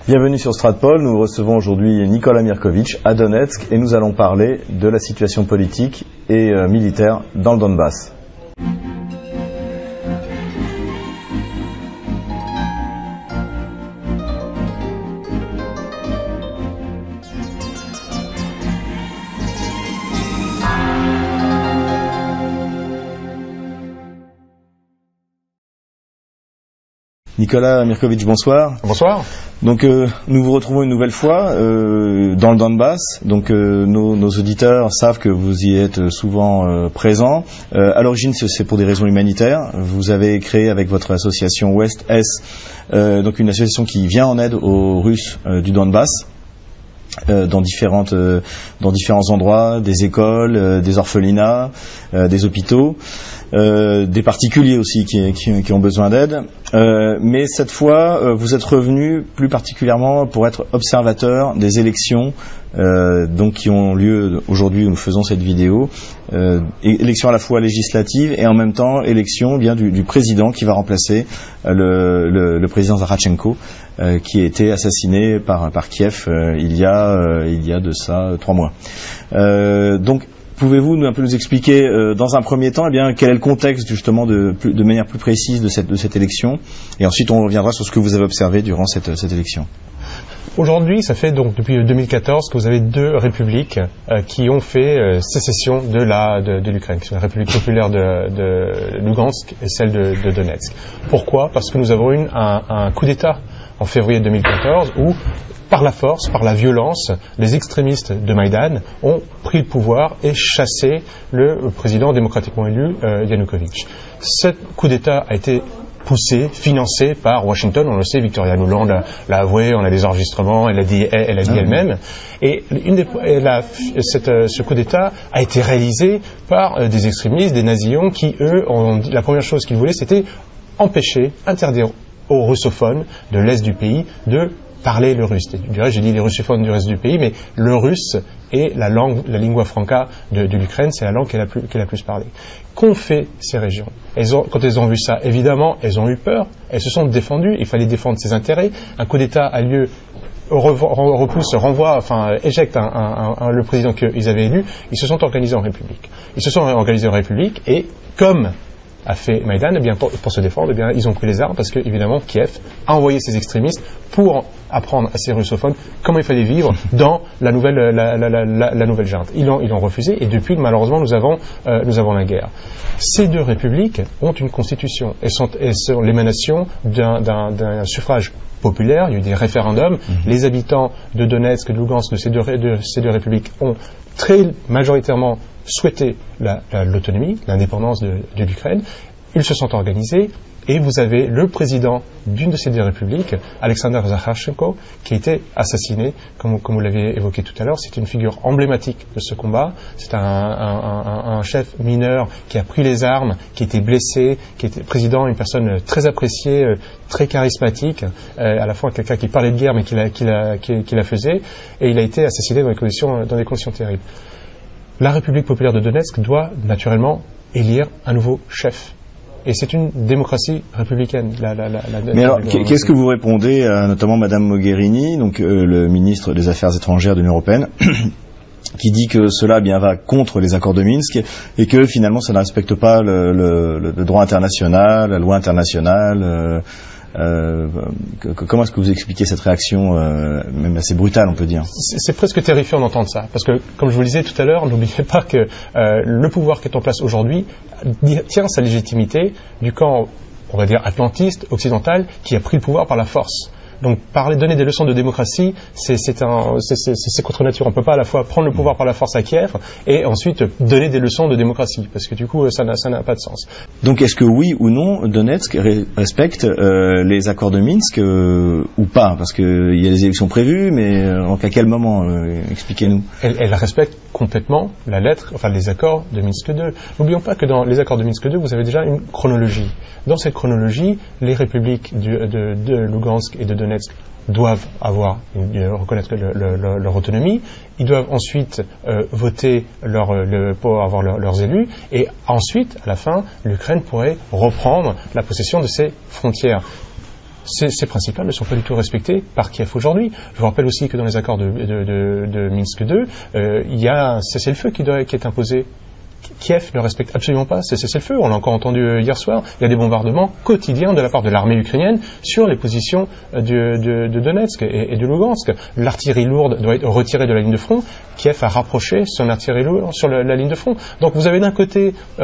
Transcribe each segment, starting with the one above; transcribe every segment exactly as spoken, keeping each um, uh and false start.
Bienvenue sur Stratpol, nous recevons aujourd'hui Nikola Mirković à Donetsk et nous allons parler de la situation politique et euh, militaire dans le Donbass. Nikola Mirković, bonsoir. Bonsoir. Donc euh, nous vous retrouvons une nouvelle fois euh, dans le Donbass. Donc euh, nos, nos auditeurs savent que vous y êtes souvent euh, présents. Euh, à l'origine, c'est pour des raisons humanitaires. Vous avez créé avec votre association Ouest-Est, euh, donc une association qui vient en aide aux Russes euh, du Donbass. Euh, dans différentes, euh, dans différents endroits, des écoles, euh, des orphelinats, euh, des hôpitaux, euh, des particuliers aussi qui, qui, qui ont besoin d'aide. Euh, mais cette fois, euh, vous êtes revenu plus particulièrement pour être observateur des élections, euh, donc qui ont lieu aujourd'hui où nous faisons cette vidéo. Euh, élections à la fois législatives et en même temps élections bien du, du président qui va remplacer euh, le, le, le président Zarachenko, euh, qui a été assassiné par, par Kiev euh, il y a euh, il y a de ça euh, trois mois. Euh, donc pouvez-vous nous un peu nous expliquer euh, dans un premier temps eh bien quel est le contexte justement de, de manière plus précise de cette, de cette élection, et ensuite on reviendra sur ce que vous avez observé durant cette, cette élection. Aujourd'hui, ça fait donc depuis deux mille quatorze que vous avez deux républiques euh, qui ont fait euh, sécession de la de, de l'Ukraine, qui sont la République populaire de, de Lugansk et celle de, de Donetsk. Pourquoi ? Parce que nous avons eu un, un coup d'État en février deux mille quatorze où, par la force, par la violence, les extrémistes de Maïdan ont pris le pouvoir et chassé le président démocratiquement élu euh, Yanukovych. Ce coup d'État a été poussé, financé par Washington, on le sait, Victoria Nuland l'a avoué, on a des enregistrements, elle a dit, elle, elle a dit elle-même. Et une des, la, cette, ce coup d'État a été réalisé par des extrémistes, des nazillons, qui, eux, ont, la première chose qu'ils voulaient, c'était empêcher, interdire aux russophones de l'Est du pays de parler le russe. Du reste, j'ai dit les russophones du reste du pays, mais le russe est la langue, la lingua franca de, de l'Ukraine, c'est la langue qu'elle a, qu'elle a plus parlé. Qu'ont fait ces régions ? Elles ont, quand elles ont vu ça, évidemment, elles ont eu peur, elles se sont défendues, il fallait défendre ses intérêts. Un coup d'État a lieu, repousse, renvoie, enfin, éjecte un, un, un, le président qu'ils avaient élu, ils se sont organisés en république. Ils se sont organisés en république et, comme a fait Maïdan, eh bien pour, pour se défendre, eh bien ils ont pris les armes parce que évidemment Kiev a envoyé ses extrémistes pour apprendre à ces russophones comment il fallait vivre dans la nouvelle la, la, la, la, la nouvelle junte. Ils l'ont ils l'ont refusé et depuis malheureusement nous avons euh, nous avons la guerre. Ces deux républiques ont une constitution et sont, et sont l'émanation d'un, d'un, d'un suffrage populaire. Il y a eu des référendums. Mmh. Les habitants de Donetsk, de Lugansk, de ces deux, de ces deux républiques ont très majoritairement souhaité la, la, l'autonomie, l'indépendance de, de l'Ukraine. Ils se sont organisés et vous avez le président d'une de ces deux républiques, Alexander Zarachenko, qui a été assassiné, comme, comme vous l'avez évoqué tout à l'heure. C'est une figure emblématique de ce combat. C'est un, un, un, un chef mineur qui a pris les armes, qui a été blessé, qui était président, une personne très appréciée, très charismatique, euh, à la fois quelqu'un qui parlait de guerre mais qui la, qui, la, qui, qui la faisait, et il a été assassiné dans des conditions, dans des conditions terribles. La République populaire de Donetsk doit naturellement élire un nouveau chef. Et c'est une démocratie républicaine. La, la, la, la, Mais alors, qu'est-ce que vous répondez à notamment Madame Mogherini, donc euh, le ministre des Affaires étrangères de l'Union européenne, qui dit que cela eh bien va contre les accords de Minsk et que finalement ça ne respecte pas le, le, le droit international, la loi internationale. Euh, Euh, comment est-ce que vous expliquez cette réaction, euh, même assez brutale, on peut dire ? C'est, c'est presque terrifiant d'entendre ça, parce que, comme je vous le disais tout à l'heure, n'oubliez pas que euh, le pouvoir qui est en place aujourd'hui tient sa légitimité du camp, on va dire, atlantiste, occidental, qui a pris le pouvoir par la force. Donc, parler, donner des leçons de démocratie, c'est, c'est, un, c'est, c'est, c'est contre nature. On ne peut pas à la fois prendre le pouvoir par la force à Kiev et ensuite donner des leçons de démocratie, parce que du coup, ça n'a, ça n'a pas de sens. Donc, est-ce que oui ou non, Donetsk respecte euh, les accords de Minsk euh, ou pas ? Parce qu'il y a des élections prévues, mais euh, à quel moment euh, expliquez-nous. Elle, elle respecte complètement la lettre, enfin les accords de Minsk deux. N'oublions pas que dans les accords de Minsk deux, vous avez déjà une chronologie. Dans cette chronologie, les républiques du, de, de Lugansk et de Donetsk doivent avoir, euh, reconnaître le, le, le, leur autonomie, ils doivent ensuite euh, voter leur, le, pour avoir leur, leurs élus, et ensuite, à la fin, l'Ukraine pourrait reprendre la possession de ses frontières. ces, ces principes-là ne sont pas du tout respectés par Kiev aujourd'hui. Je vous rappelle aussi que dans les accords de, de, de, de Minsk deux, euh, il y a un cessez-le-feu qui, doit, qui est imposé. Kiev ne respecte absolument pas ces cessez-le-feu. On l'a encore entendu hier soir. Il y a des bombardements quotidiens de la part de l'armée ukrainienne sur les positions de, de, de Donetsk et, et de Lugansk. L'artillerie lourde doit être retirée de la ligne de front. Kiev a rapproché son artillerie lourde sur le, la ligne de front. Donc vous avez d'un côté euh,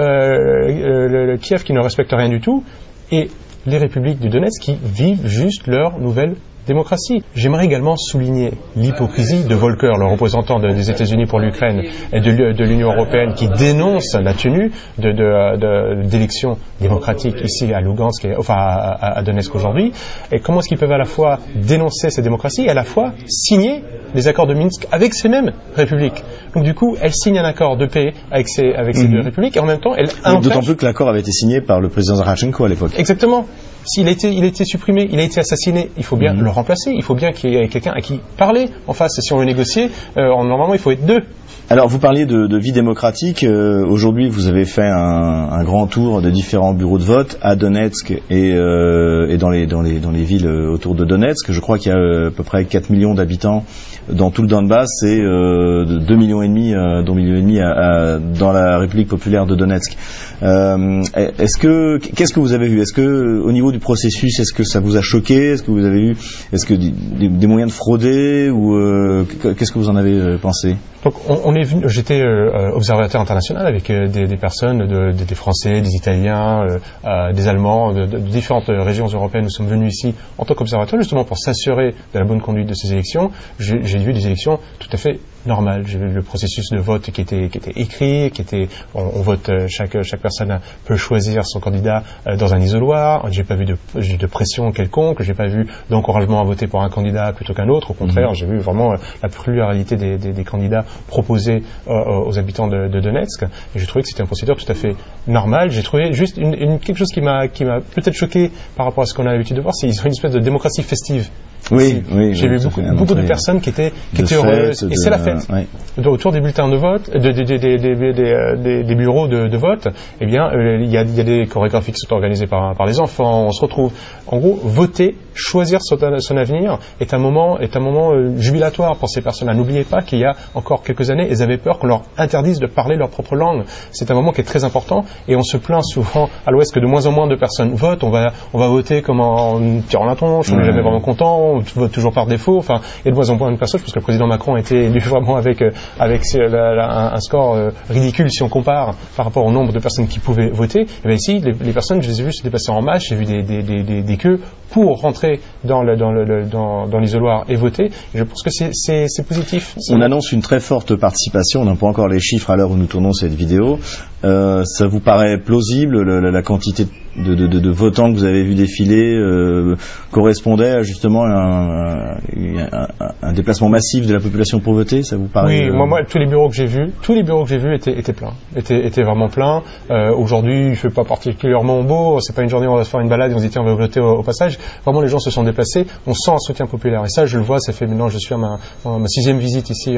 le, le Kiev qui ne respecte rien du tout et les républiques du Donetsk qui vivent juste leur nouvelle démocratie. J'aimerais également souligner l'hypocrisie de Volker, le représentant de, des États-Unis pour l'Ukraine et de, de l'Union européenne, qui dénonce la tenue de, de, de, d'élections démocratiques ici à Lugansk, et, enfin à, à Donetsk aujourd'hui. Et comment est-ce qu'ils peuvent à la fois dénoncer ces démocraties et à la fois signer les accords de Minsk avec ces mêmes républiques. Donc du coup, elle signe un accord de paix avec ces, avec ces mmh. deux républiques et en même temps, elle empêche... D'autant plus que l'accord avait été signé par le président Zarachenko à l'époque. Exactement. S'il a été, il a été supprimé, il a été assassiné, il faut bien mmh. le remplacer, il faut bien qu'il y ait quelqu'un à qui parler en face. Et si on veut négocier, euh, normalement il faut être deux. Alors vous parliez de, de vie démocratique. Euh, aujourd'hui, vous avez fait un, un grand tour de différents bureaux de vote à Donetsk et, euh, et dans, les, dans, les, dans les villes autour de Donetsk. Je crois qu'il y a à peu près quatre millions d'habitants dans tout le Donbass et euh, deux millions et demi, euh, deux millions et demi à, à, dans la République populaire de Donetsk. Euh, est-ce que qu'est-ce que vous avez vu? Est-ce que au niveau du processus, est-ce que ça vous a choqué? Est-ce que vous avez eu, est-ce que des, des moyens de frauder ou euh, qu'est-ce que vous en avez pensé? Donc on, on est venu, j'étais euh, observateur international avec euh, des, des personnes, de, de, des Français, des Italiens, euh, euh, des Allemands, de, de, de différentes régions européennes. Nous sommes venus ici en tant qu'observateurs justement pour s'assurer de la bonne conduite de ces élections. J'ai, j'ai vu des élections tout à fait normales. J'ai vu le processus de vote qui était, qui était écrit, qui était, on, on vote, chaque, chaque personne peut choisir son candidat euh, dans un isoloir. J'ai pas vu de, de pression quelconque. J'ai pas vu d'encouragement à voter pour un candidat plutôt qu'un autre. Au contraire, mmh. j'ai vu vraiment euh, la pluralité des, des, des candidats proposés euh, aux habitants de, de Donetsk. Et j'ai trouvé que c'était un procédure tout à fait normal. J'ai trouvé juste une, une, quelque chose qui m'a, qui m'a peut-être choqué par rapport à ce qu'on a l'habitude de voir, c'est qu'ils ont une espèce de démocratie festive. Oui, oui. J'ai oui, vu beaucoup, beaucoup de personnes qui étaient, qui étaient heureuses. De, et c'est la fête. Euh, oui. Autour des bulletins de vote, de, de, de, de, de, de, de, des bureaux de, de vote, eh bien, euh, il y a, il y a des chorégraphies qui sont organisées par, par les enfants. On se retrouve. En gros, voter, choisir son, son avenir est un moment, est un moment euh, jubilatoire pour ces personnes-là. N'oubliez pas qu'il y a encore quelques années, elles avaient peur qu'on leur interdise de parler leur propre langue. C'est un moment qui est très important et on se plaint souvent à l'Ouest que de moins en moins de personnes votent. On va, on va voter comme en tirant la tronche, on n'est jamais vraiment content, on vote toujours par défaut. Enfin, il y a de moins en moins de personnes. Je pense que le président Macron a été élu vraiment avec, euh, avec la, la, un, un score euh, ridicule si on compare par rapport au nombre de personnes qui pouvaient voter. Et bien ici, les, les personnes, je les ai vues se déplacer en masse. J'ai vu des, des, des, des, des queues pour rentrer dans, le, dans, le, dans, dans l'isoloir et voter. Et je pense que c'est, c'est, c'est positif. On annonce une très forte participation. On n'a pas encore les chiffres à l'heure où nous tournons cette vidéo. Euh, ça vous paraît plausible, la, la quantité de, de, de, de votants que vous avez vu défiler euh, correspondait à justement un, un, un déplacement massif de la population pour voter? Ça vous paraît? Oui, euh... moi, moi, tous les bureaux que j'ai vus, tous les bureaux que j'ai vus étaient, étaient pleins, étaient, étaient vraiment pleins. Euh, aujourd'hui, il fait pas particulièrement beau. C'est pas une journée où on va se faire une balade et on se dit tiens, on va voter au, au passage. Vraiment, les gens se sont déplacés. On sent un soutien populaire. Et ça, je le vois. Ça fait maintenant, je suis à ma, à ma sixième visite ici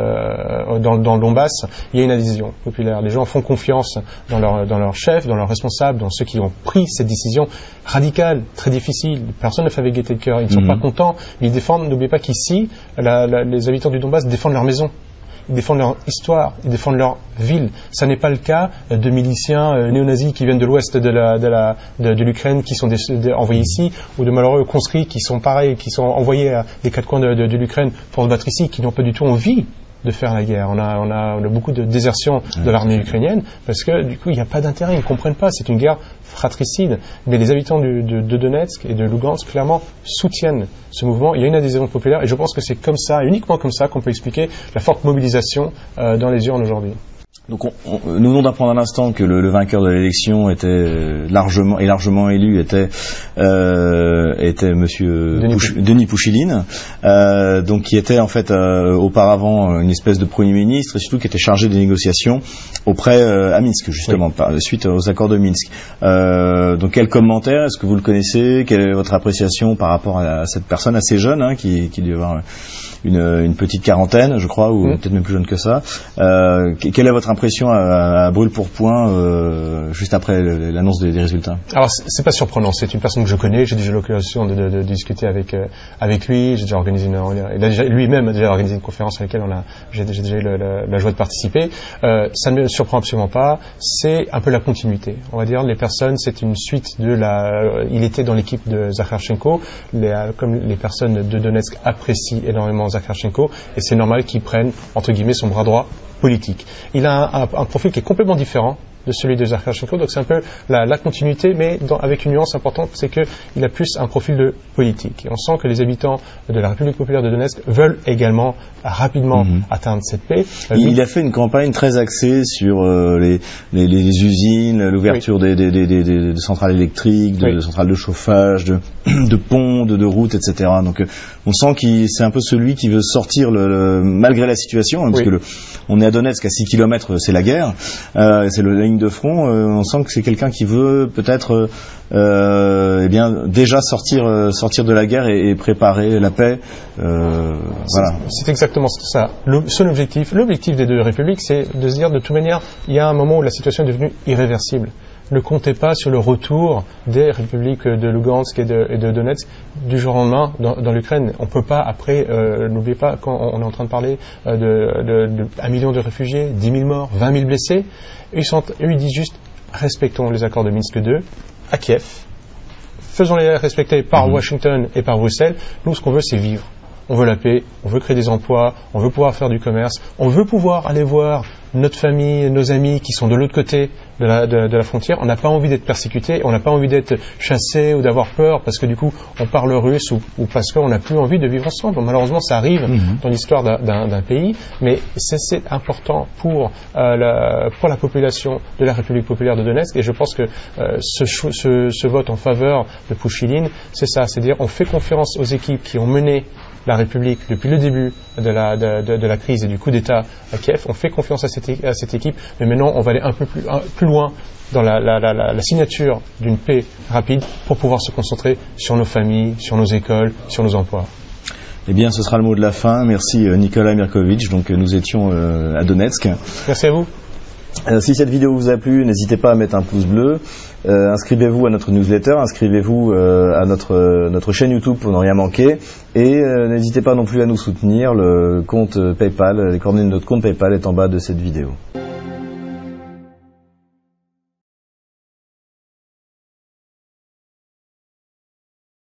euh, dans, dans le Donbass. Il y a une adhésion populaire. Les gens font confiance dans leur, dans leur chef, dans leurs responsables, dans ceux qui ont pris cette décision radicale, très difficile. Personne ne fait avec gaieté de cœur. Ils ne sont mmh. pas contents, mais ils défendent. N'oubliez pas qu'ici, la, la, les habitants du Donbass défendent leur maison. Ils défendent leur histoire, ils défendent leur ville. Ça n'est pas le cas de miliciens euh, néo-nazis qui viennent de l'ouest de, la, de, la, de, de l'Ukraine, qui sont des, de, envoyés ici, ou de malheureux conscrits qui sont pareils, qui sont envoyés à des quatre coins de, de, de l'Ukraine pour se battre ici, qui n'ont pas du tout envie de faire la guerre. On a, on a, on a beaucoup de désertion de l'armée ukrainienne parce que du coup il n'y a pas d'intérêt, ils ne comprennent pas, c'est une guerre fratricide. Mais les habitants du, de, de Donetsk et de Lugansk clairement soutiennent ce mouvement. Il y a une adhésion populaire et je pense que c'est comme ça, uniquement comme ça, qu'on peut expliquer la forte mobilisation euh, dans les urnes aujourd'hui. Donc on, on, nous venons d'apprendre à l'instant que le, le vainqueur de l'élection était largement et largement élu était euh, était Monsieur Denis, Pouch, Denis Pouchiline, euh, donc qui était en fait euh, auparavant une espèce de premier ministre et surtout qui était chargé des négociations auprès euh, à Minsk justement oui. par, suite aux accords de Minsk. Euh, donc quel commentaire, est-ce que vous le connaissez, quelle est votre appréciation par rapport à, à cette personne assez jeune hein, qui qui doit avoir une, une petite quarantaine je crois ou mmh. peut-être même plus jeune que ça. Euh, quelle est votre impression à, à brûle pour point euh, juste après l'annonce des, des résultats? Alors c'est pas surprenant, c'est une personne que je connais, j'ai déjà eu l'occasion de, de, de discuter avec euh, avec lui, j'ai déjà organisé une, il a déjà, lui-même a déjà organisé une conférence à laquelle on a, j'ai déjà eu le, le, la joie de participer. Euh, ça ne me surprend absolument pas, c'est un peu la continuité. On va dire les personnes, c'est une suite de la, euh, il était dans l'équipe de Zakharchenko, les, euh, comme les personnes de Donetsk apprécient énormément Zakharchenko, et c'est normal qu'ils prennent entre guillemets son bras droit politique. Il a un, un, un profil qui est complètement différent de celui de Zakharchenko, donc c'est un peu la, la continuité, mais dans, avec une nuance importante, c'est qu'il a plus un profil de politique. Et on sent que les habitants de la République populaire de Donetsk veulent également rapidement mmh. atteindre cette paix. Euh, il, il a fait une campagne très axée sur euh, les, les, les usines, l'ouverture oui. des, des, des, des, des centrales électriques, de, oui. de centrales de chauffage, de, de ponts, de, de routes, et cetera. Donc euh, on sent qu'il c'est un peu celui qui veut sortir, le, le, malgré la situation, hein, parce oui. que le, on est à Donetsk, à six kilomètres, c'est la guerre, euh, c'est le ligne de front, euh, on sent que c'est quelqu'un qui veut peut-être euh, eh bien déjà sortir euh, sortir de la guerre et, et préparer la paix. Euh, voilà. C'est exactement ça. Le, son objectif, l'objectif des deux républiques, c'est de se dire de toute manière, il y a un moment où la situation est devenue irréversible. Ne comptez pas sur le retour des républiques de Lugansk et de, et de Donetsk du jour au lendemain dans, dans l'Ukraine. On peut pas, après, euh, n'oubliez pas, quand on est en train de parler euh, de, de, de un million de réfugiés, dix mille morts, vingt mille blessés, ils, sont, eux, ils disent juste respectons les accords de Minsk deux à Kiev, faisons-les respecter par mmh. Washington et par Bruxelles. Nous, ce qu'on veut, c'est vivre. On veut la paix, on veut créer des emplois, on veut pouvoir faire du commerce, on veut pouvoir aller voir notre famille, nos amis qui sont de l'autre côté de la, de, de la frontière. On n'a pas envie d'être persécuté, on n'a pas envie d'être chassé ou d'avoir peur parce que du coup on parle russe ou, ou parce qu'on n'a plus envie de vivre ensemble. Bon, malheureusement ça arrive mmh. dans l'histoire d'un, d'un pays, mais c'est, c'est important pour, euh, la, pour la population de la République populaire de Donetsk, et je pense que euh, ce, ce, ce vote en faveur de Pouchiline, c'est ça, c'est-à-dire on fait confiance aux équipes qui ont mené la République depuis le début de la, de, de, de la crise et du coup d'État à Kiev. On fait confiance à cette, à cette équipe, mais maintenant on va aller un peu plus, un, plus loin dans la, la, la, la signature d'une paix rapide pour pouvoir se concentrer sur nos familles, sur nos écoles, sur nos emplois. Eh bien, ce sera le mot de la fin. Merci Nicolas Mirkovitch. Donc nous étions euh, à Donetsk. Merci à vous. Euh, si cette vidéo vous a plu, n'hésitez pas à mettre un pouce bleu, euh, inscrivez-vous à notre newsletter, inscrivez-vous euh, à notre, euh, notre chaîne YouTube pour ne rien manquer, et euh, n'hésitez pas non plus à nous soutenir. Le compte PayPal, les coordonnées de notre compte PayPal est en bas de cette vidéo.